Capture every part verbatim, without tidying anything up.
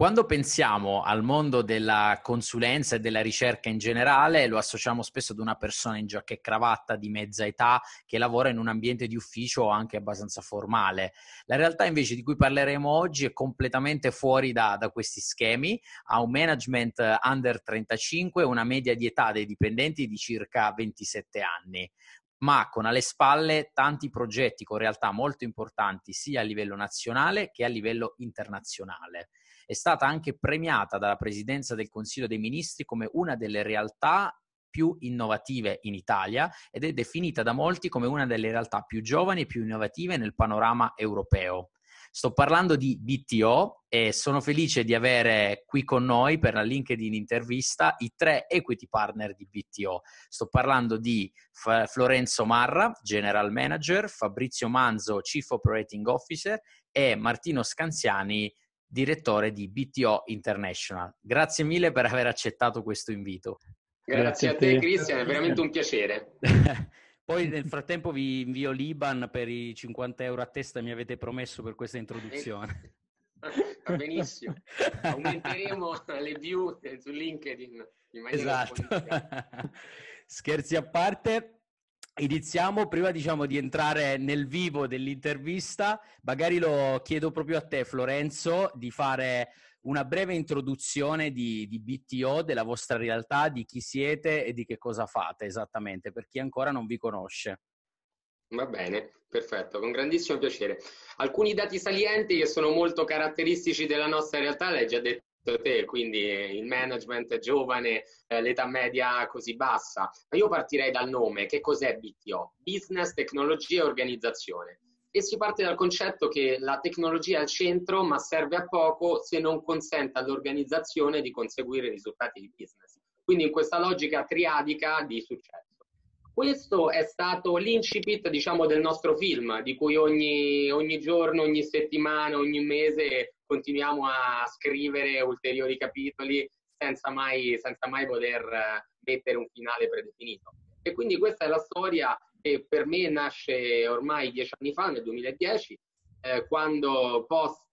Quando pensiamo al mondo della consulenza e della ricerca in generale, lo associamo spesso ad una persona in giacca e cravatta di mezza età che lavora in un ambiente di ufficio anche abbastanza formale. La realtà invece di cui parleremo oggi è completamente fuori da, da questi schemi, ha un management under trentacinque, una media di età dei dipendenti di circa ventisette anni, ma con alle spalle tanti progetti con realtà molto importanti sia a livello nazionale che a livello internazionale. È stata anche premiata dalla Presidenza del Consiglio dei Ministri come una delle realtà più innovative in Italia ed è definita da molti come una delle realtà più giovani e più innovative nel panorama europeo. Sto parlando di B T O e sono felice di avere qui con noi per la LinkedIn intervista i tre equity partner di B T O. Sto parlando di F- Florenzo Marra, General Manager, Fabrizio Manzo, Chief Operating Officer e Martino Scanziani, direttore di B T O International. Grazie mille per aver accettato questo invito. Grazie, Grazie a te, Cristian, è veramente un piacere. Poi nel frattempo vi invio l'I B A N per i cinquanta euro a testa che mi avete promesso per questa introduzione. Va benissimo, aumenteremo le view su LinkedIn in maniera esatto. Scherzi a parte, iniziamo. Prima diciamo di entrare nel vivo dell'intervista, magari lo chiedo proprio a te, Florenzo, di fare una breve introduzione di, di B T O, della vostra realtà, di chi siete e di che cosa fate esattamente, per chi ancora non vi conosce. Va bene, perfetto, con grandissimo piacere. Alcuni dati salienti che sono molto caratteristici della nostra realtà l'hai già detto te, quindi il management giovane, eh, l'età media così bassa. Ma io partirei dal nome. Che cos'è B T O? Business, tecnologia e organizzazione. E si parte dal concetto che la tecnologia è al centro, ma serve a poco se non consente all'organizzazione di conseguire risultati di business. Quindi in questa logica triadica di successo. Questo è stato l'incipit, diciamo, del nostro film, di cui ogni, ogni giorno, ogni settimana, ogni mese continuiamo a scrivere ulteriori capitoli senza mai, senza mai poter mettere un finale predefinito. E quindi questa è la storia che per me nasce ormai dieci anni fa, nel duemiladieci, eh, quando post,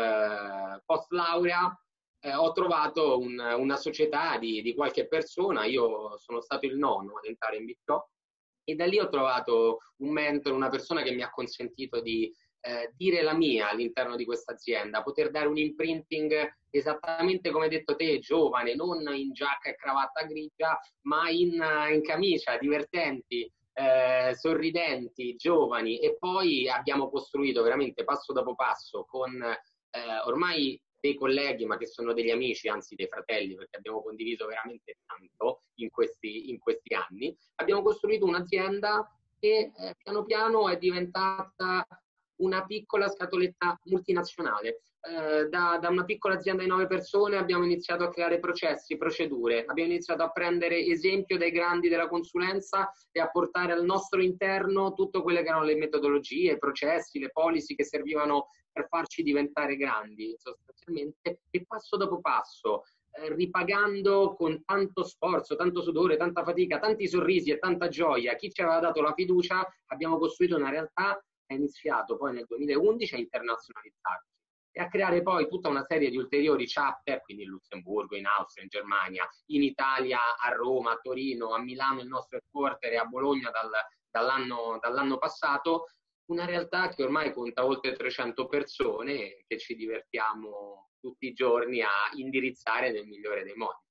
eh, post laurea eh, ho trovato un, una società di, di qualche persona. Io sono stato il nono ad entrare in B T O e da lì ho trovato un mentor, una persona che mi ha consentito di eh, dire la mia all'interno di questa azienda, poter dare un imprinting esattamente come hai detto te, giovane, non in giacca e cravatta grigia, ma in, in camicia, divertenti, Eh, sorridenti, giovani. E poi abbiamo costruito veramente passo dopo passo con eh, ormai dei colleghi, ma che sono degli amici, anzi dei fratelli, perché abbiamo condiviso veramente tanto in questi, in questi anni. Abbiamo costruito un'azienda che eh, piano piano è diventata una piccola scatoletta multinazionale. Eh, da, da una piccola azienda di nove persone abbiamo iniziato a creare processi, procedure, abbiamo iniziato a prendere esempio dai grandi della consulenza e a portare al nostro interno tutte quelle che erano le metodologie, i processi, le policy che servivano per farci diventare grandi, sostanzialmente, e passo dopo passo, eh, ripagando con tanto sforzo, tanto sudore, tanta fatica, tanti sorrisi e tanta gioia chi ci aveva dato la fiducia, abbiamo costruito una realtà che ha iniziato poi nel duemilaundici a internazionalizzarsi e a creare poi tutta una serie di ulteriori chapter, quindi in Lussemburgo, in Austria, in Germania, in Italia, a Roma, a Torino, a Milano il nostro headquarter e a Bologna dal, dall'anno, dall'anno passato, una realtà che ormai conta oltre trecento persone e che ci divertiamo tutti i giorni a indirizzare nel migliore dei modi.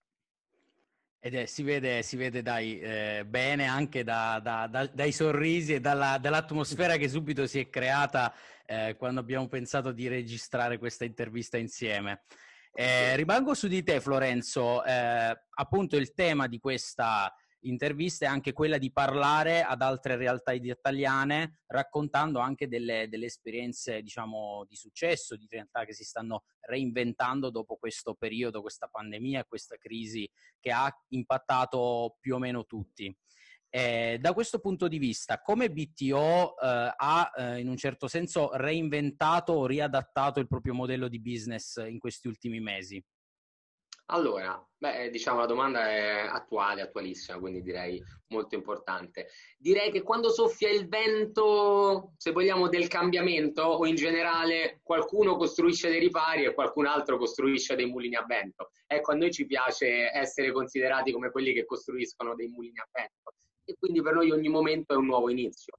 Ed è, si vede, si vede dai, eh, bene anche da, da, da, dai sorrisi e dalla, dall'atmosfera che subito si è creata eh, quando abbiamo pensato di registrare questa intervista insieme. Eh, rimango su di te, Florenzo. Eh, appunto il tema di questa intervista è anche quella di parlare ad altre realtà italiane, raccontando anche delle, delle esperienze, diciamo, di successo, di realtà che si stanno reinventando dopo questo periodo, questa pandemia, questa crisi che ha impattato più o meno tutti. Eh, da questo punto di vista, come B T O eh, ha eh, in un certo senso reinventato o riadattato il proprio modello di business in questi ultimi mesi? Allora, beh, diciamo la domanda è attuale, attualissima, quindi direi molto importante. Direi che quando soffia il vento, se vogliamo, del cambiamento o in generale, qualcuno costruisce dei ripari e qualcun altro costruisce dei mulini a vento. Ecco, a noi ci piace essere considerati come quelli che costruiscono dei mulini a vento e quindi per noi ogni momento è un nuovo inizio.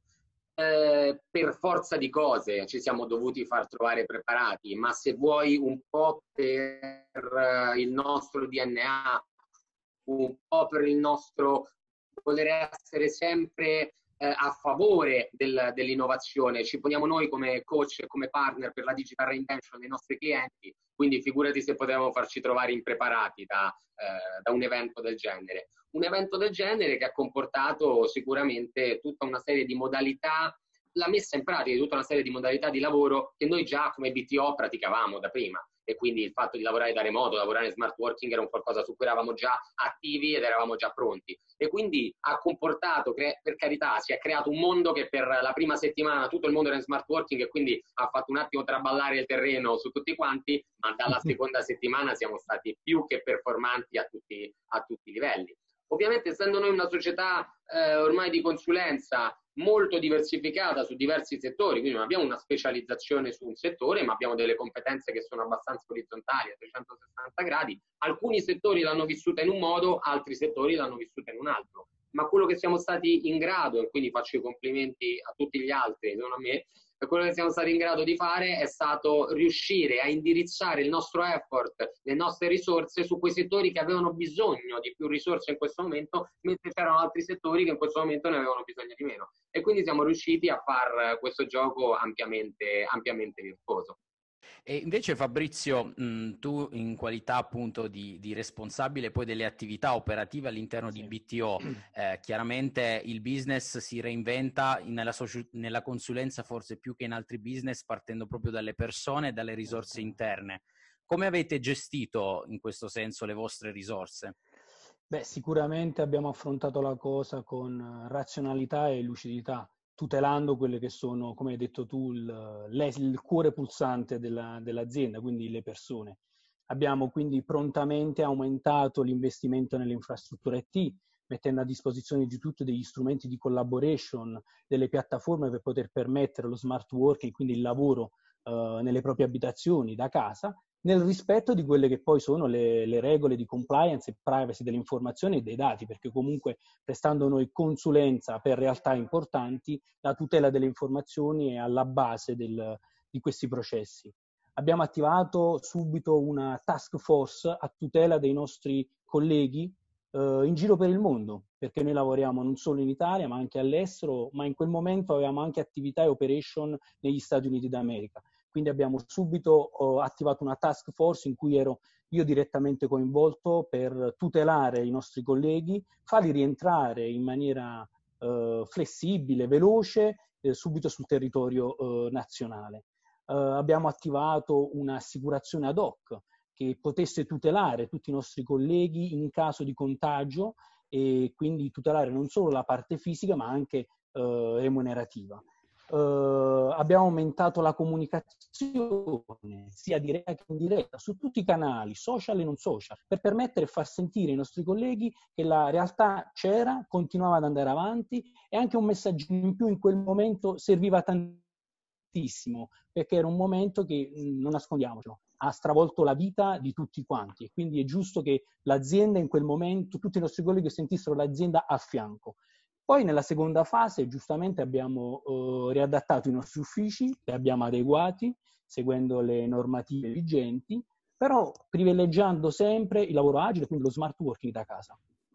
Eh, per forza di cose ci siamo dovuti far trovare preparati, ma se vuoi un po' per eh, il nostro D N A, un po' per il nostro voler essere sempre eh, a favore del, dell'innovazione, ci poniamo noi come coach e come partner per la digital reinvention dei nostri clienti, quindi figurati se potevamo farci trovare impreparati da, eh, da un evento del genere. Un evento del genere che ha comportato sicuramente tutta una serie di modalità, la messa in pratica di tutta una serie di modalità di lavoro che noi già come B T O praticavamo da prima. E quindi il fatto di lavorare da remoto, lavorare in smart working era un qualcosa su cui eravamo già attivi ed eravamo già pronti. E quindi ha comportato, per carità, si è creato un mondo che per la prima settimana tutto il mondo era in smart working e quindi ha fatto un attimo traballare il terreno su tutti quanti, ma dalla seconda settimana siamo stati più che performanti a tutti, a tutti i livelli. Ovviamente, essendo noi una società eh, ormai di consulenza molto diversificata su diversi settori, quindi non abbiamo una specializzazione su un settore, ma abbiamo delle competenze che sono abbastanza orizzontali a trecentosessanta gradi. Alcuni settori l'hanno vissuta in un modo, altri settori l'hanno vissuta in un altro. Ma quello che siamo stati in grado, e quindi faccio i complimenti a tutti gli altri, non a me, quello che siamo stati in grado di fare è stato riuscire a indirizzare il nostro effort, le nostre risorse su quei settori che avevano bisogno di più risorse in questo momento, mentre c'erano altri settori che in questo momento ne avevano bisogno di meno. E quindi siamo riusciti a fare questo gioco ampiamente, ampiamente virtuoso. E invece Fabrizio, mh, tu in qualità appunto di, di responsabile poi delle attività operative all'interno Sì. di B T O, eh, chiaramente il business si reinventa nella, soci- nella consulenza forse più che in altri business, partendo proprio dalle persone e dalle risorse interne. Come avete gestito in questo senso le vostre risorse? Beh, sicuramente abbiamo affrontato la cosa con razionalità e lucidità, tutelando quelle che sono, come hai detto tu, il, il cuore pulsante della, dell'azienda, quindi le persone. Abbiamo quindi prontamente aumentato l'investimento nelle infrastrutture I T, mettendo a disposizione di tutti degli strumenti di collaboration, delle piattaforme per poter permettere lo smart working, quindi il lavoro eh, nelle proprie abitazioni da casa, nel rispetto di quelle che poi sono le, le regole di compliance e privacy delle informazioni e dei dati, perché comunque prestando noi consulenza per realtà importanti, la tutela delle informazioni è alla base del, di questi processi. Abbiamo attivato subito una task force a tutela dei nostri colleghi eh, in giro per il mondo, perché noi lavoriamo non solo in Italia ma anche all'estero, ma in quel momento avevamo anche attività e operation negli Stati Uniti d'America. Quindi abbiamo subito uh, attivato una task force in cui ero io direttamente coinvolto per tutelare i nostri colleghi, farli rientrare in maniera uh, flessibile, veloce, eh, subito sul territorio uh, nazionale. Uh, abbiamo attivato un'assicurazione ad hoc che potesse tutelare tutti i nostri colleghi in caso di contagio e quindi tutelare non solo la parte fisica ma anche uh, remunerativa. Uh, abbiamo aumentato la comunicazione sia diretta che indiretta su tutti i canali social e non social per permettere e far sentire ai nostri colleghi che la realtà c'era, continuava ad andare avanti e anche un messaggio in più in quel momento serviva tantissimo perché era un momento che, non nascondiamocelo, ha stravolto la vita di tutti quanti e quindi è giusto che l'azienda in quel momento, tutti i nostri colleghi sentissero l'azienda a fianco. Poi nella seconda fase giustamente abbiamo eh, riadattato i nostri uffici, li abbiamo adeguati seguendo le normative vigenti, però privilegiando sempre il lavoro agile, quindi lo smart working da casa.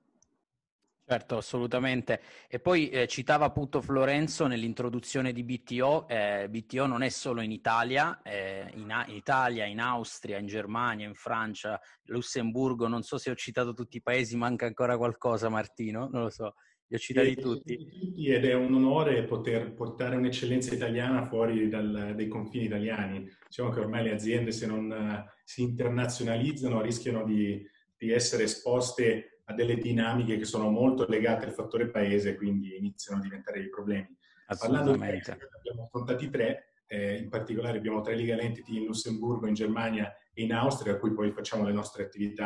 Certo, assolutamente. E poi eh, citava appunto Florenzo nell'introduzione di B T O, eh, B T O non è solo in Italia, eh, in, in Italia, in Austria, in Germania, in Francia, Lussemburgo, non so se ho citato tutti i paesi, manca ancora qualcosa Martino, non lo so, li ho citati tutti. tutti. Ed è un onore poter portare un'eccellenza italiana fuori dal, dai confini italiani. Diciamo che ormai le aziende se non uh, si internazionalizzano rischiano di, di essere esposte a delle dinamiche che sono molto legate al fattore paese, quindi iniziano a diventare dei problemi. Assolutamente. Parlando di abbiamo affrontati tre, eh, in particolare abbiamo tre legal entity in Lussemburgo, in Germania e in Austria, a cui poi facciamo le nostre attività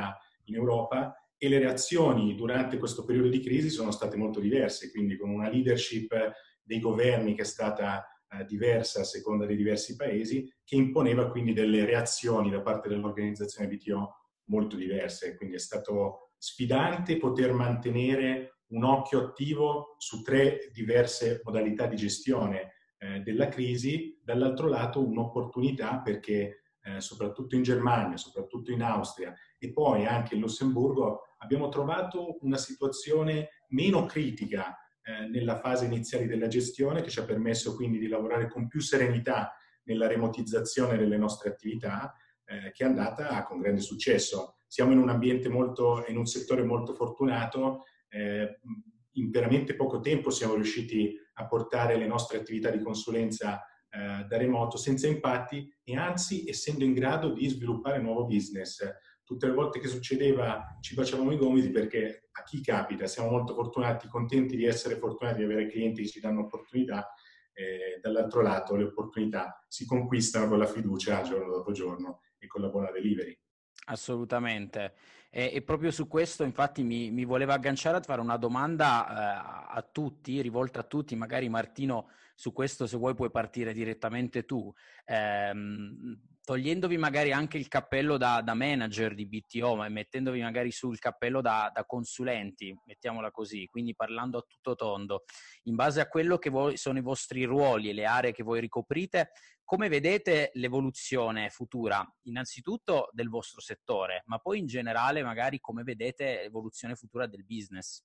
in Europa, e le reazioni durante questo periodo di crisi sono state molto diverse, quindi con una leadership dei governi che è stata eh, diversa a seconda dei diversi paesi, che imponeva quindi delle reazioni da parte dell'organizzazione W T O molto diverse. Quindi è stato sfidante poter mantenere un occhio attivo su tre diverse modalità di gestione eh, della crisi, dall'altro lato un'opportunità perché eh, soprattutto in Germania, soprattutto in Austria e poi anche in Lussemburgo abbiamo trovato una situazione meno critica eh, nella fase iniziale della gestione, che ci ha permesso quindi di lavorare con più serenità nella remotizzazione delle nostre attività, eh, che è andata con grande successo. Siamo in un ambiente molto, in un settore molto fortunato, eh, in veramente poco tempo siamo riusciti a portare le nostre attività di consulenza eh, da remoto senza impatti e anzi essendo in grado di sviluppare nuovo business. Tutte le volte che succedeva ci facevamo i gomiti perché a chi capita, siamo molto fortunati, contenti di essere fortunati di avere clienti che ci danno opportunità, eh, dall'altro lato le opportunità si conquistano con la fiducia giorno dopo giorno e con la buona delivery. Assolutamente. E, e proprio su questo infatti mi, mi voleva agganciare a fare una domanda eh, a tutti, rivolta a tutti, magari Martino su questo se vuoi puoi partire direttamente tu, ehm, togliendovi magari anche il cappello da, da manager di B T O, ma mettendovi magari sul cappello da, da consulenti, mettiamola così, quindi parlando a tutto tondo, in base a quello che voi, sono i vostri ruoli e le aree che voi ricoprite, come vedete l'evoluzione futura, innanzitutto del vostro settore, ma poi in generale magari come vedete l'evoluzione futura del business?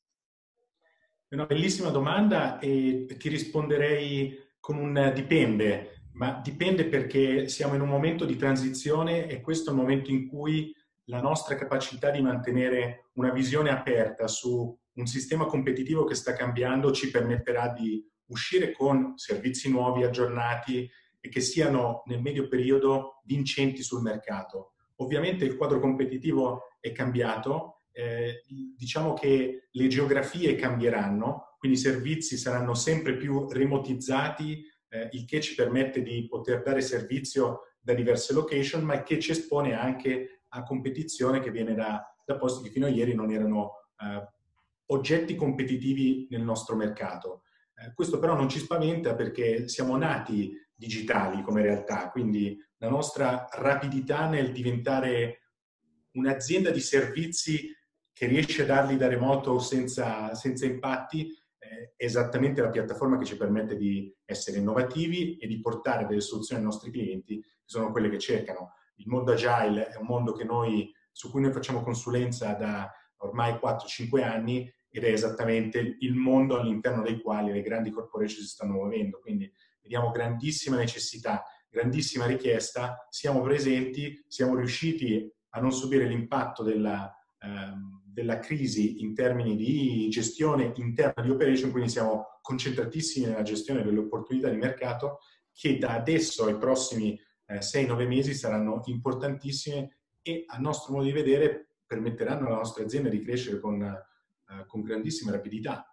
È una bellissima domanda e ti risponderei con un dipende, ma dipende perché siamo in un momento di transizione e questo è il momento in cui la nostra capacità di mantenere una visione aperta su un sistema competitivo che sta cambiando ci permetterà di uscire con servizi nuovi, aggiornati e che siano nel medio periodo vincenti sul mercato. Ovviamente il quadro competitivo è cambiato, eh, diciamo che le geografie cambieranno, quindi i servizi saranno sempre più remotizzati, eh, il che ci permette di poter dare servizio da diverse location, ma che ci espone anche a competizione che viene da, da posti che fino a ieri non erano eh, oggetti competitivi nel nostro mercato. Eh, questo però non ci spaventa perché siamo nati digitali come realtà, quindi la nostra rapidità nel diventare un'azienda di servizi che riesce a darli da remoto senza, senza impatti eh, è esattamente la piattaforma che ci permette di essere innovativi e di portare delle soluzioni ai nostri clienti, che sono quelle che cercano. Il mondo agile è un mondo che noi, su cui noi facciamo consulenza da ormai quattro cinque anni ed è esattamente il mondo all'interno dei quali le grandi corporation si stanno muovendo. Quindi vediamo grandissima necessità, grandissima richiesta, siamo presenti, siamo riusciti a non subire l'impatto della, ehm, della crisi in termini di gestione interna di operation, quindi siamo concentratissimi nella gestione delle opportunità di mercato che da adesso ai prossimi eh, sei nove mesi saranno importantissime e a nostro modo di vedere permetteranno alla nostra azienda di crescere con, eh, con grandissima rapidità.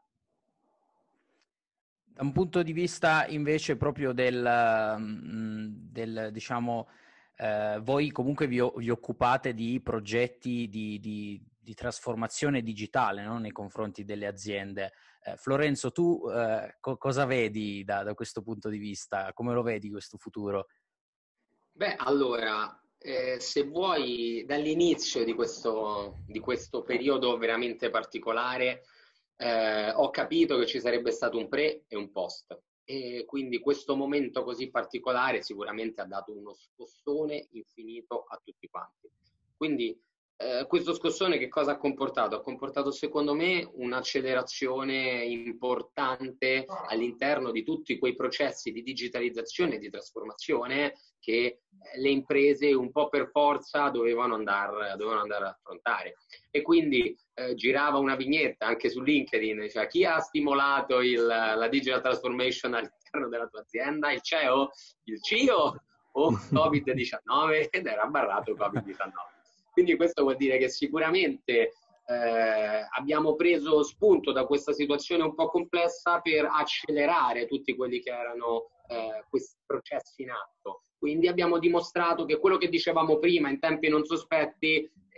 Da un punto di vista invece proprio del, del diciamo, eh, voi comunque vi, vi occupate di progetti di, di, di trasformazione digitale, no? Nei confronti delle aziende. Eh, Florenzo, tu eh, co- cosa vedi da, da questo punto di vista? Come lo vedi questo futuro? Beh, allora, eh, se vuoi, dall'inizio di questo, di questo periodo veramente particolare, eh, ho capito che ci sarebbe stato un pre e un post. E quindi questo momento così particolare sicuramente ha dato uno scossone infinito a tutti quanti. Quindi eh, questo scossone che cosa ha comportato? Ha comportato secondo me un'accelerazione importante all'interno di tutti quei processi di digitalizzazione e di trasformazione che le imprese un po' per forza dovevano andare, dovevano andare ad affrontare. E quindi eh, girava una vignetta anche su LinkedIn, cioè chi ha stimolato il, la digital transformation all'interno della tua azienda? Il C E O? Il C I O? O covid diciannove? Ed era barrato covid diciannove. Quindi questo vuol dire che sicuramente eh, abbiamo preso spunto da questa situazione un po' complessa per accelerare tutti quelli che erano eh, questi processi in atto. Quindi abbiamo dimostrato che quello che dicevamo prima in tempi non sospetti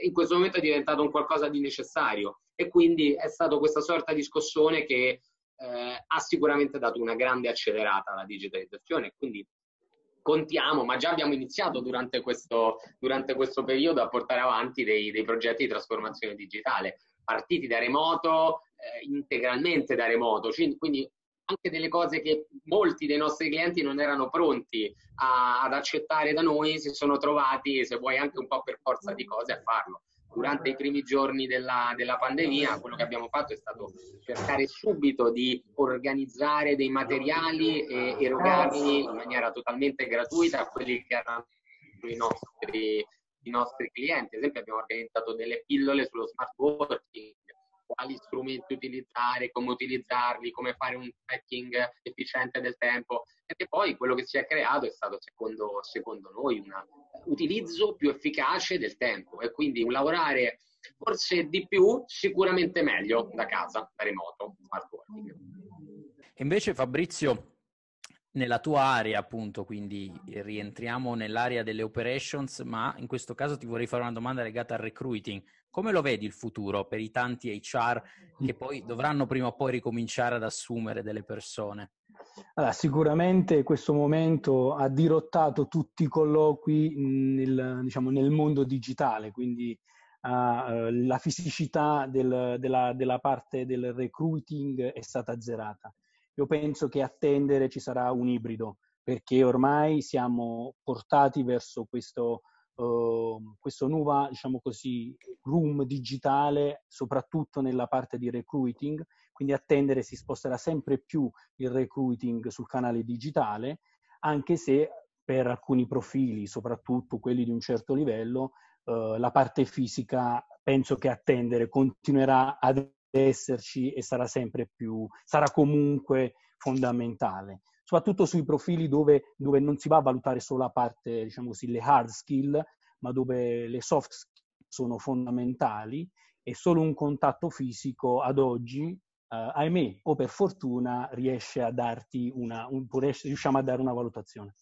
in questo momento è diventato un qualcosa di necessario, e quindi è stata questa sorta di scossone che eh, ha sicuramente dato una grande accelerata alla digitalizzazione. Quindi contiamo, ma già abbiamo iniziato durante questo, durante questo periodo a portare avanti dei, dei progetti di trasformazione digitale, partiti da remoto, eh, integralmente da remoto, quindi anche delle cose che molti dei nostri clienti non erano pronti a, ad accettare da noi, si sono trovati, se vuoi anche un po' per forza di cose, a farlo. Durante i primi giorni della, della pandemia, quello che abbiamo fatto è stato cercare subito di organizzare dei materiali e erogarli in maniera totalmente gratuita a quelli che erano i nostri, i nostri clienti. Ad esempio abbiamo organizzato delle pillole sullo smart working, quali strumenti utilizzare, come utilizzarli, come fare un tracking efficiente del tempo, perché poi quello che si è creato è stato, secondo, secondo noi, un utilizzo più efficace del tempo, e quindi un lavorare forse di più, sicuramente meglio da casa, da remoto, smart working. Invece Fabrizio, nella tua area appunto, quindi rientriamo nell'area delle operations, ma in questo caso ti vorrei fare una domanda legata al recruiting. Come lo vedi il futuro per i tanti H R che poi dovranno prima o poi ricominciare ad assumere delle persone? Allora, sicuramente questo momento ha dirottato tutti i colloqui nel, diciamo, nel mondo digitale, quindi uh, la fisicità del, della, della parte del recruiting è stata azzerata. Io penso che a tendere ci sarà un ibrido, perché ormai siamo portati verso questo, uh, questo nuovo, diciamo così, room digitale, soprattutto nella parte di recruiting. Quindi a tendere si sposterà sempre più il recruiting sul canale digitale, anche se per alcuni profili, soprattutto quelli di un certo livello, eh, la parte fisica penso che a tendere continuerà ad esserci e sarà sempre più, sarà comunque fondamentale, soprattutto sui profili dove, dove non si va a valutare solo la parte, diciamo così, le hard skill, ma dove le soft skill sono fondamentali, e solo un contatto fisico ad oggi, Uh, ahimè, o per fortuna, riesce a darti una, un, riusciamo a dare una valutazione.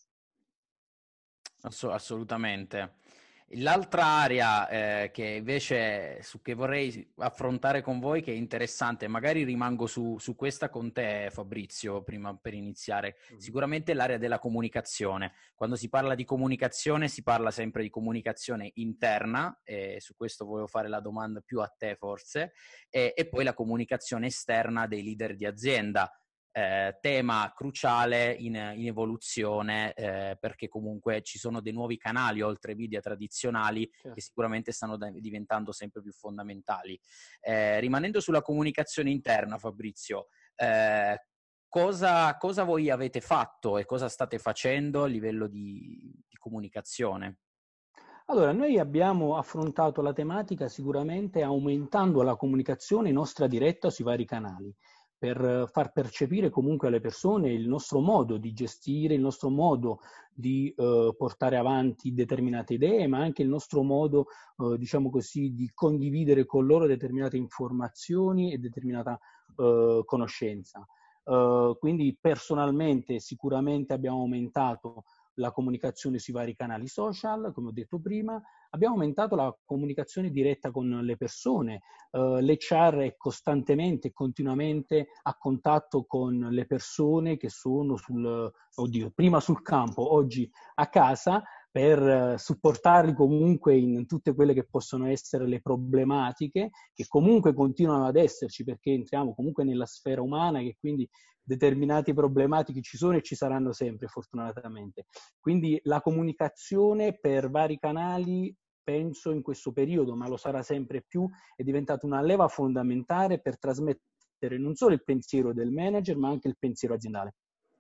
Assolutamente. L'altra area eh, che invece su che vorrei affrontare con voi, che è interessante, magari rimango su, su questa con te Fabrizio, prima per iniziare, sicuramente l'area della comunicazione. Quando si parla di comunicazione si parla sempre di comunicazione interna, e su questo volevo fare la domanda più a te forse, e, e poi la comunicazione esterna dei leader di azienda. Eh, tema cruciale in, in evoluzione, eh, perché comunque ci sono dei nuovi canali oltre ai media tradizionali, certo, che sicuramente stanno da, diventando sempre più fondamentali. Eh, rimanendo sulla comunicazione interna, Fabrizio, eh, cosa, cosa voi avete fatto e cosa state facendo a livello di, di comunicazione? Allora, noi abbiamo affrontato la tematica sicuramente aumentando la comunicazione nostra diretta sui vari canali, per far percepire comunque alle persone il nostro modo di gestire, il nostro modo di eh, portare avanti determinate idee, ma anche il nostro modo, eh, diciamo così, di condividere con loro determinate informazioni e determinata eh, conoscenza. Uh, quindi personalmente sicuramente abbiamo aumentato la comunicazione sui vari canali social, come ho detto prima, abbiamo aumentato la comunicazione diretta con le persone, uh, l'H R è costantemente e continuamente a contatto con le persone che sono sul, oddio, prima sul campo, oggi a casa, per supportarli comunque in tutte quelle che possono essere le problematiche, che comunque continuano ad esserci, perché entriamo comunque nella sfera umana, che quindi determinate problematiche ci sono e ci saranno sempre, fortunatamente. Quindi la comunicazione per vari canali, penso in questo periodo, ma lo sarà sempre più, è diventata una leva fondamentale per trasmettere non solo il pensiero del manager, ma anche il pensiero aziendale.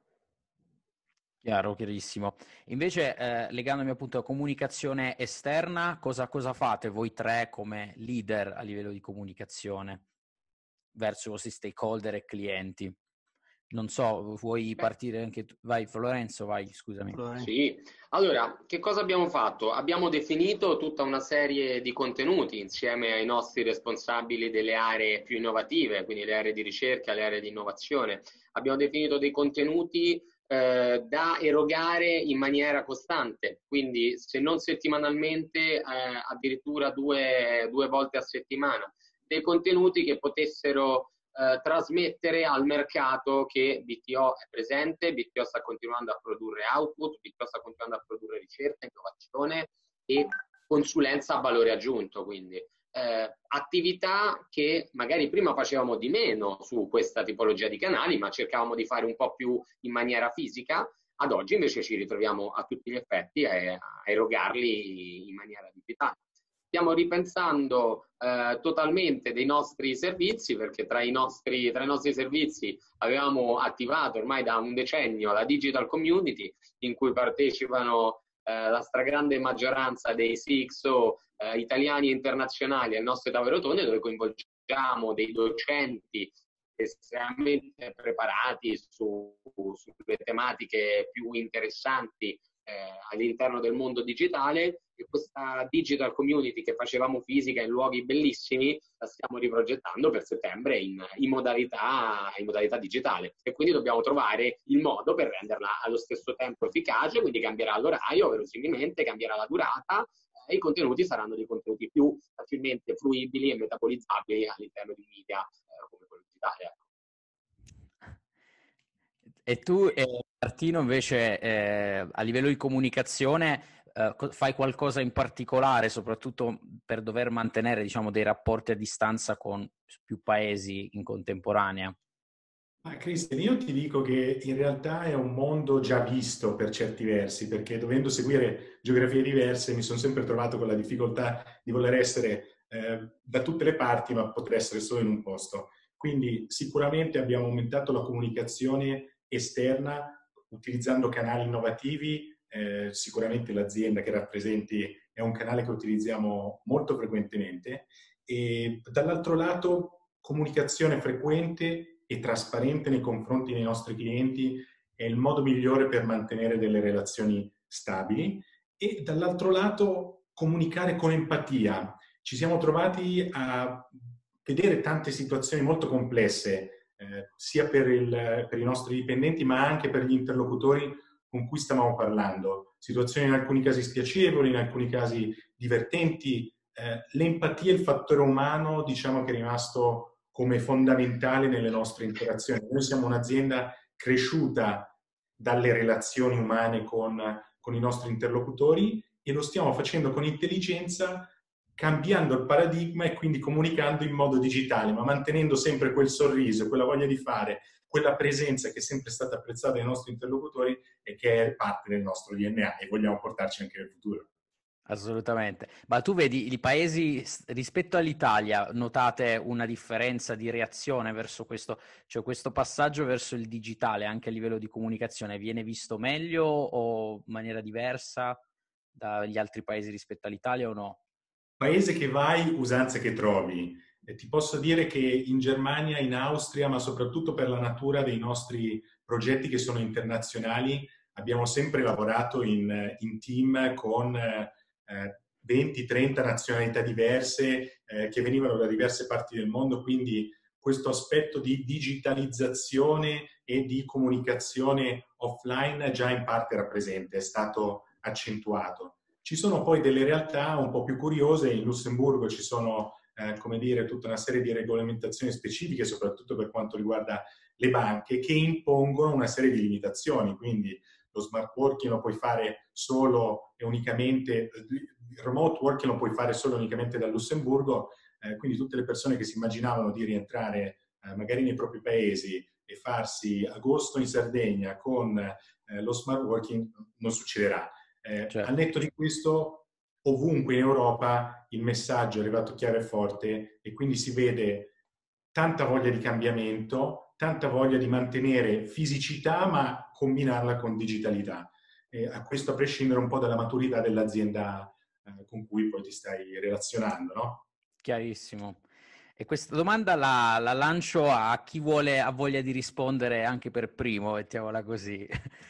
Chiaro, chiarissimo. Invece, eh, legandomi appunto alla comunicazione esterna, cosa, cosa fate voi tre come leader a livello di comunicazione verso i vostri stakeholder e clienti? Non so, vuoi partire anche tu? Vai, Lorenzo, vai, scusami. Sì, allora, che cosa abbiamo fatto? Abbiamo definito tutta una serie di contenuti insieme ai nostri responsabili delle aree più innovative, quindi le aree di ricerca, le aree di innovazione. Abbiamo definito dei contenuti eh, da erogare in maniera costante, quindi se non settimanalmente, eh, addirittura due, due volte a settimana, dei contenuti che potessero eh, trasmettere al mercato che B T O è presente, B T O sta continuando a produrre output, B T O sta continuando a produrre ricerca, innovazione e consulenza a valore aggiunto, quindi eh, attività che magari prima facevamo di meno su questa tipologia di canali, ma cercavamo di fare un po' più in maniera fisica. Ad oggi invece ci ritroviamo a tutti gli effetti a, a erogarli in maniera digitale. Stiamo ripensando eh, totalmente dei nostri servizi, perché tra i nostri, tra i nostri servizi avevamo attivato ormai da un decennio la Digital Community, in cui partecipano eh, la stragrande maggioranza dei C X O eh, italiani e internazionali al nostro tavolo rotonde, dove coinvolgiamo dei docenti estremamente preparati su, sulle tematiche più interessanti Eh, all'interno del mondo digitale, e questa digital community che facevamo fisica in luoghi bellissimi la stiamo riprogettando per settembre in, in, modalità, in modalità digitale, e quindi dobbiamo trovare il modo per renderla allo stesso tempo efficace, quindi cambierà l'orario verosimilmente, cambierà la durata, eh, i contenuti saranno dei contenuti più facilmente fruibili e metabolizzabili all'interno di media eh, come quello digitale. E tu, eh, Martino, invece eh, a livello di comunicazione eh, fai qualcosa in particolare, soprattutto per dover mantenere, diciamo, dei rapporti a distanza con più paesi in contemporanea? Ma Cristian, io ti dico che in realtà è un mondo già visto per certi versi, perché dovendo seguire geografie diverse mi sono sempre trovato con la difficoltà di voler essere eh, da tutte le parti, ma poter essere solo in un posto. Quindi sicuramente abbiamo aumentato la comunicazione esterna utilizzando canali innovativi. Eh, sicuramente l'azienda che rappresenti è un canale che utilizziamo molto frequentemente, e dall'altro lato comunicazione frequente e trasparente nei confronti dei nostri clienti è il modo migliore per mantenere delle relazioni stabili, e dall'altro lato comunicare con empatia. Ci siamo trovati a vedere tante situazioni molto complesse, eh, sia per, il, per i nostri dipendenti ma anche per gli interlocutori con cui stavamo parlando. Situazioni in alcuni casi spiacevoli, in alcuni casi divertenti. Eh, l'empatia e il fattore umano, diciamo che è rimasto come fondamentale nelle nostre interazioni. Noi siamo un'azienda cresciuta dalle relazioni umane con, con i nostri interlocutori, e lo stiamo facendo con intelligenza, cambiando il paradigma e quindi comunicando in modo digitale, ma mantenendo sempre quel sorriso, quella voglia di fare, quella presenza che è sempre stata apprezzata dai nostri interlocutori e che è parte del nostro D N A, e vogliamo portarci anche nel futuro. Assolutamente. Ma tu vedi i paesi rispetto all'Italia, notate una differenza di reazione verso questo, cioè questo passaggio verso il digitale anche a livello di comunicazione viene visto meglio o in maniera diversa dagli altri paesi rispetto all'Italia o no? Paese che vai, usanze che trovi. E ti posso dire che in Germania, in Austria, ma soprattutto per la natura dei nostri progetti che sono internazionali, abbiamo sempre lavorato in, in team con eh, venti trenta nazionalità diverse eh, che venivano da diverse parti del mondo, quindi questo aspetto di digitalizzazione e di comunicazione offline già in parte era presente, è stato accentuato. Ci sono poi delle realtà un po' più curiose. In Lussemburgo ci sono, eh, come dire, tutta una serie di regolamentazioni specifiche, soprattutto per quanto riguarda le banche, che impongono una serie di limitazioni. Quindi lo smart working lo puoi fare solo e unicamente, il remote working lo puoi fare solo e unicamente da Lussemburgo, eh, quindi tutte le persone che si immaginavano di rientrare eh, magari nei propri paesi e farsi agosto in Sardegna con eh, lo smart working non succederà. Eh, certo. Al netto di questo, ovunque in Europa il messaggio è arrivato chiaro e forte, e quindi si vede tanta voglia di cambiamento, tanta voglia di mantenere fisicità ma combinarla con digitalità. E a questo a prescindere un po' dalla maturità dell'azienda eh, con cui poi ti stai relazionando, no? Chiarissimo. E questa domanda la, la lancio a chi vuole, ha voglia di rispondere anche per primo, mettiamola così.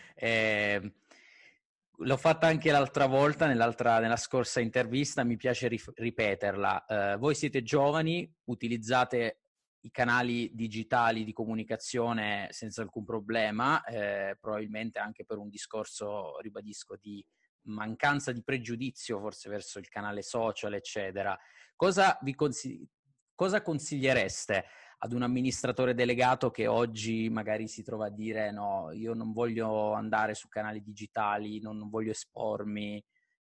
eh, L'ho fatta anche l'altra volta, nell'altra, nella scorsa intervista, mi piace rif- ripeterla. Eh, voi siete giovani, utilizzate i canali digitali di comunicazione senza alcun problema, eh, probabilmente anche per un discorso, ribadisco, di mancanza di pregiudizio forse verso il canale social, eccetera. Cosa vi consigli- cosa consigliereste ad un amministratore delegato che oggi magari si trova a dire no, io non voglio andare su canali digitali, non, non voglio espormi?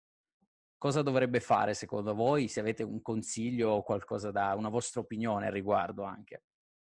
Cosa dovrebbe fare secondo voi? Se avete un consiglio o qualcosa da, una vostra opinione al riguardo anche.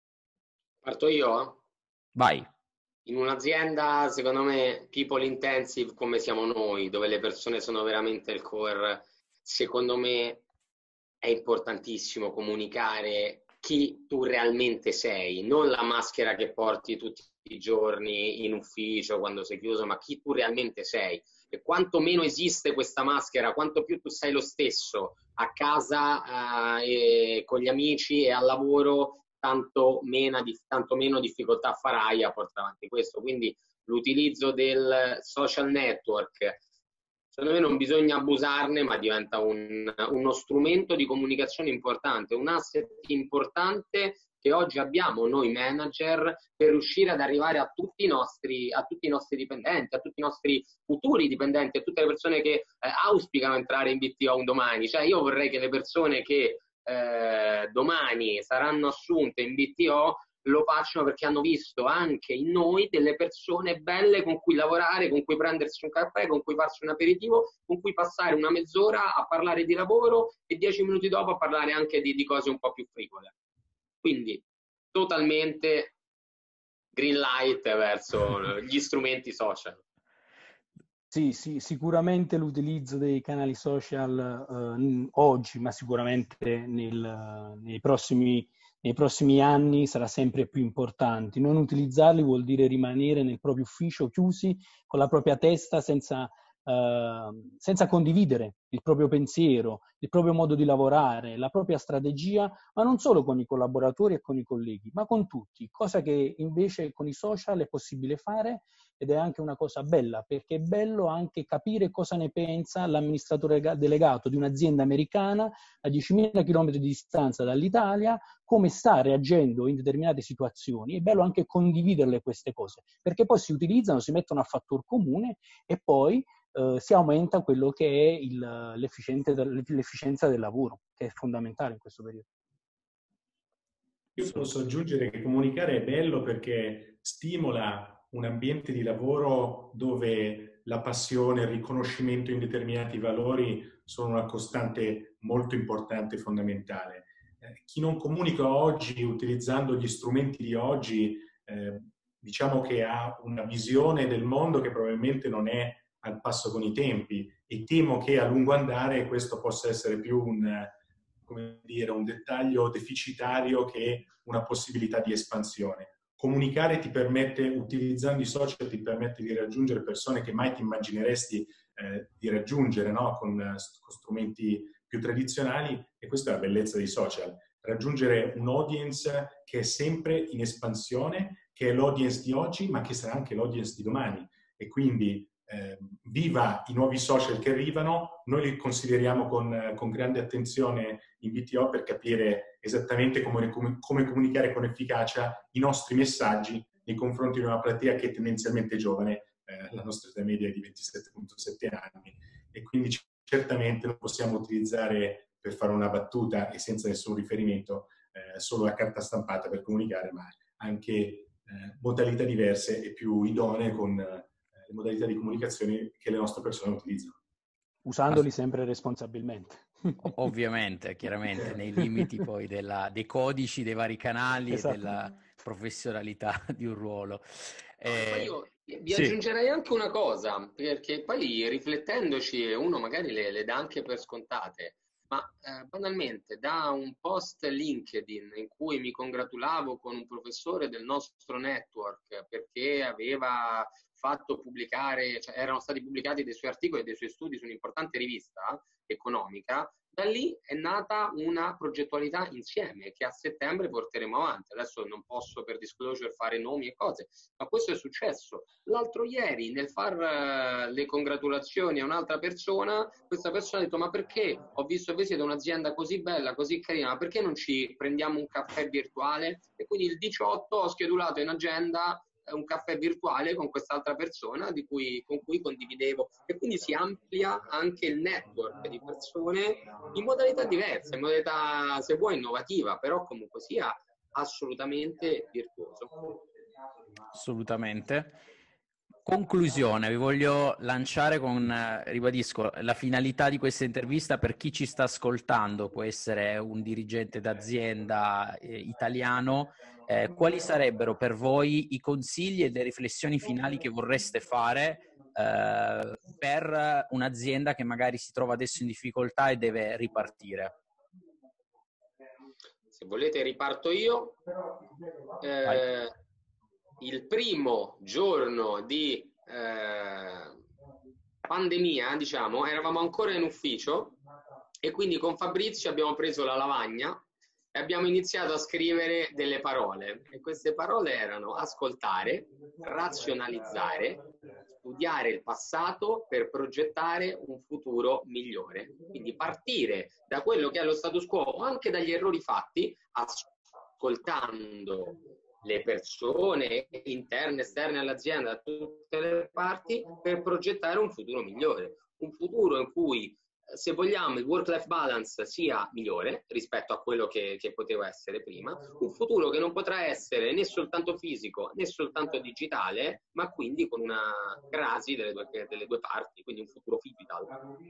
Parto io? Vai. In un'azienda, secondo me, people intensive come siamo noi, dove le persone sono veramente il core, secondo me è importantissimo comunicare chi tu realmente sei, non la maschera che porti tutti i giorni in ufficio quando sei chiuso, ma chi tu realmente sei. E quanto meno esiste questa maschera, quanto più tu sei lo stesso a casa eh, e con gli amici e al lavoro, tanto meno, tanto meno difficoltà farai a portare avanti questo. Quindi l'utilizzo del social network, secondo me non bisogna abusarne, ma diventa un, uno strumento di comunicazione importante, un asset importante che oggi abbiamo noi manager per riuscire ad arrivare a tutti i nostri, a tutti i nostri dipendenti, a tutti i nostri futuri dipendenti, a tutte le persone che eh, auspicano entrare in B T O un domani. Cioè io vorrei che le persone che eh, domani saranno assunte in B T O lo facciano perché hanno visto anche in noi delle persone belle con cui lavorare, con cui prendersi un caffè, con cui farsi un aperitivo, con cui passare una mezz'ora a parlare di lavoro e dieci minuti dopo a parlare anche di, di cose un po' più frivole. Quindi totalmente green light verso gli strumenti social. Sì, sì, sicuramente l'utilizzo dei canali social eh, oggi, ma sicuramente nel, nei, prossimi, nei prossimi anni sarà sempre più importante. Non utilizzarli vuol dire rimanere nel proprio ufficio chiusi con la propria testa senza, eh, senza condividere il proprio pensiero, il proprio modo di lavorare, la propria strategia, ma non solo con i collaboratori e con i colleghi, ma con tutti, cosa che invece con i social è possibile fare. Ed è anche una cosa bella, perché è bello anche capire cosa ne pensa l'amministratore delegato di un'azienda americana a diecimila chilometri di distanza dall'Italia, come sta reagendo in determinate situazioni. È bello anche condividerle queste cose, perché poi si utilizzano, si mettono a fattor comune e poi eh, si aumenta quello che è il, l'efficienza del lavoro, che è fondamentale in questo periodo. Io posso aggiungere che comunicare è bello perché stimola un ambiente di lavoro dove la passione, il riconoscimento in determinati valori sono una costante molto importante e fondamentale. Eh, chi non comunica oggi utilizzando gli strumenti di oggi, eh, diciamo che ha una visione del mondo che probabilmente non è al passo con i tempi, e temo che a lungo andare questo possa essere più un, come dire, un dettaglio deficitario che una possibilità di espansione. Comunicare ti permette, utilizzando i social, ti permette di raggiungere persone che mai ti immagineresti eh, di raggiungere, no? con, con strumenti più tradizionali, e questa è la bellezza dei social. Raggiungere un audience che è sempre in espansione, che è l'audience di oggi, ma che sarà anche l'audience di domani. E quindi eh, viva i nuovi social che arrivano, noi li consideriamo con, con grande attenzione in B T O per capire esattamente come, come, come comunicare con efficacia i nostri messaggi nei confronti di una platea che è tendenzialmente giovane, eh, la nostra età media è di ventisette virgola sette anni, e quindi certamente non possiamo utilizzare, per fare una battuta e senza nessun riferimento, eh, solo la carta stampata per comunicare, ma anche eh, modalità diverse e più idonee con eh, le modalità di comunicazione che le nostre persone utilizzano. Usandoli sempre responsabilmente. Ovviamente, chiaramente, nei limiti poi della, dei codici, dei vari canali esatto. E della professionalità di un ruolo. Eh, io vi sì. aggiungerei anche una cosa, perché poi riflettendoci uno magari le, le dà anche per scontate, ma eh, banalmente da un post LinkedIn in cui mi congratulavo con un professore del nostro network perché aveva fatto pubblicare, cioè erano stati pubblicati dei suoi articoli e dei suoi studi su un'importante rivista economica, Da lì è nata una progettualità insieme che a settembre porteremo avanti. Adesso non posso per disclosure fare nomi e cose, ma questo è successo. L'altro ieri nel far uh, le congratulazioni a un'altra persona, questa persona ha detto: ma perché ho visto che voi siete un'azienda così bella, così carina, ma perché non ci prendiamo un caffè virtuale? E quindi il diciotto ho schedulato in agenda un caffè virtuale con quest'altra persona di cui, con cui condividevo, e quindi si amplia anche il network di persone in modalità diverse, in modalità, se vuoi, innovativa, però comunque sia assolutamente virtuoso. Assolutamente. Conclusione, vi voglio lanciare con, ribadisco, la finalità di questa intervista per chi ci sta ascoltando, può essere un dirigente d'azienda eh, italiano. Eh, quali sarebbero per voi i consigli e le riflessioni finali che vorreste fare eh, per un'azienda che magari si trova adesso in difficoltà e deve ripartire? Se volete riparto io. Eh, il primo giorno di eh, pandemia, diciamo, eravamo ancora in ufficio e quindi con Fabrizio abbiamo preso la lavagna e abbiamo iniziato a scrivere delle parole, e queste parole erano: ascoltare, razionalizzare, studiare il passato per progettare un futuro migliore. Quindi partire da quello che è lo status quo o anche dagli errori fatti, ascoltando le persone interne, esterne all'azienda, da tutte le parti, per progettare un futuro migliore. Un futuro in cui, se vogliamo, il work-life balance sia migliore rispetto a quello che, che poteva essere prima, un futuro che non potrà essere né soltanto fisico né soltanto digitale, ma quindi con una crasi delle due, delle due parti, quindi un futuro digital.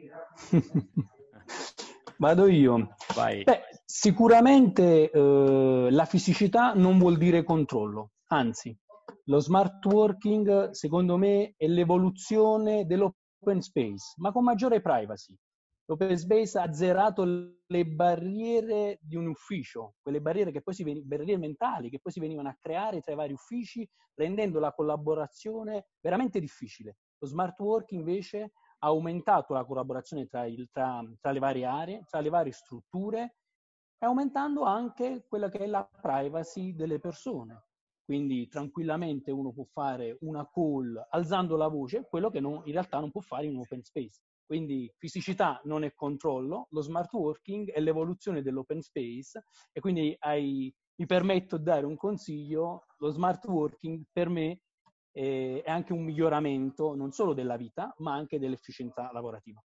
Vado io. Vai. Beh, sicuramente eh, la fisicità non vuol dire controllo, anzi, lo smart working secondo me è l'evoluzione dell'open space, ma con maggiore privacy. L'open space ha azzerato le barriere di un ufficio, quelle barriere, che poi si ven- barriere mentali che poi si venivano a creare tra i vari uffici, rendendo la collaborazione veramente difficile. Lo smart working invece ha aumentato la collaborazione tra, il, tra, tra le varie aree, tra le varie strutture, e aumentando anche quella che è la privacy delle persone. Quindi tranquillamente uno può fare una call alzando la voce, quello che non, in realtà non può fare in un open space. Quindi fisicità non è controllo, lo smart working è l'evoluzione dell'open space, e quindi hai, mi permetto di dare un consiglio: lo smart working per me è anche un miglioramento non solo della vita, ma anche dell'efficienza lavorativa.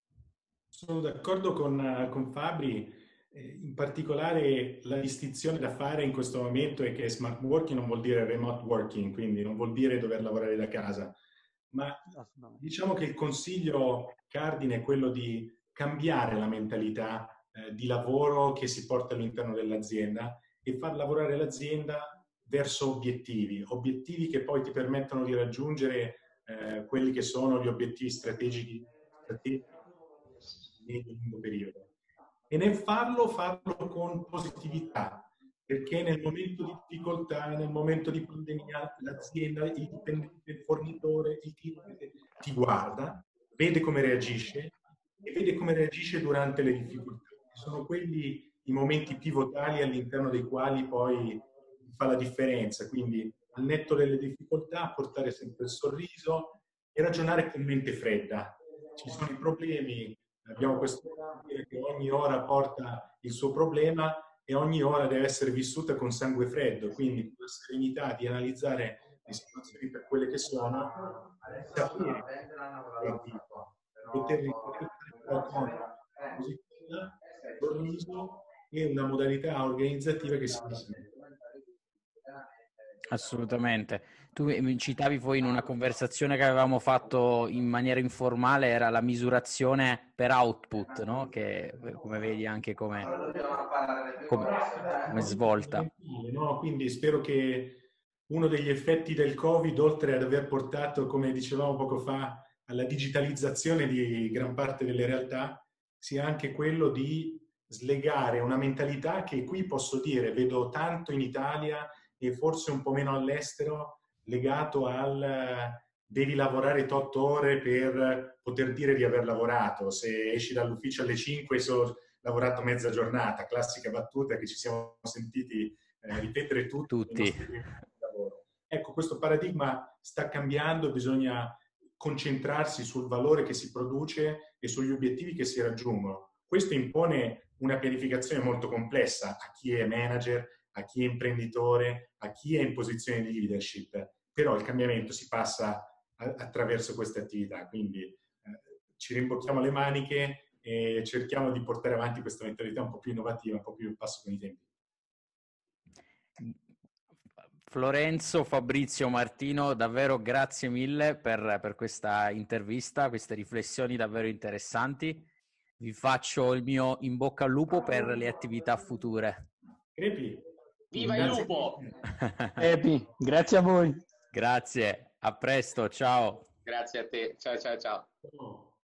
Sono d'accordo con, con Fabri, eh, in particolare la distinzione da fare in questo momento è che smart working non vuol dire remote working, quindi non vuol dire dover lavorare da casa, ma diciamo che il consiglio cardine è quello di cambiare la mentalità eh, di lavoro che si porta all'interno dell'azienda e far lavorare l'azienda verso obiettivi, obiettivi che poi ti permettono di raggiungere eh, quelli che sono gli obiettivi strategici, strategici nel lungo periodo. E nel farlo, farlo con positività, perché nel momento di difficoltà, nel momento di pandemia, l'azienda, il dipendente, il fornitore, il cliente ti guarda, vede come reagisce e vede come reagisce durante le difficoltà. Sono quelli i momenti pivotali all'interno dei quali poi fa la differenza, quindi al netto delle difficoltà portare sempre il sorriso e ragionare con mente fredda. Ci sono i problemi, abbiamo questo dire che ogni ora porta il suo problema e ogni ora deve essere vissuta con sangue freddo, quindi con la serenità di analizzare le situazioni per quelle che sono, sapere poterle interpretare con positività, sorriso e una modalità organizzativa che sia simile. Assolutamente. Tu mi citavi poi in una conversazione che avevamo fatto in maniera informale, era la misurazione per output, no? Che come vedi anche come, come, come svolta. No? Quindi spero che uno degli effetti del Covid, oltre ad aver portato, come dicevamo poco fa, alla digitalizzazione di gran parte delle realtà, sia anche quello di slegare una mentalità che qui posso dire, vedo tanto in Italia e forse un po' meno all'estero, legato al devi lavorare otto ore per poter dire di aver lavorato. Se esci dall'ufficio alle cinque so, lavorato mezza giornata, classica battuta che ci siamo sentiti eh, ripetere tutti. tutti. Lavoro. Ecco, questo paradigma sta cambiando, bisogna concentrarsi sul valore che si produce e sugli obiettivi che si raggiungono. Questo impone una pianificazione molto complessa a chi è manager, a chi è imprenditore, a chi è in posizione di leadership, però il cambiamento si passa a- attraverso queste attività, quindi eh, ci rimbocchiamo le maniche e cerchiamo di portare avanti questa mentalità un po' più innovativa, un po' più in passo con i tempi. Florenzo, Fabrizio, Martino, davvero grazie mille per, per questa intervista, queste riflessioni davvero interessanti. Vi faccio il mio in bocca al lupo per le attività future. Crepi. Viva il lupo! Epi, grazie a voi. Grazie, a presto, ciao. Grazie a te, ciao ciao ciao. Oh.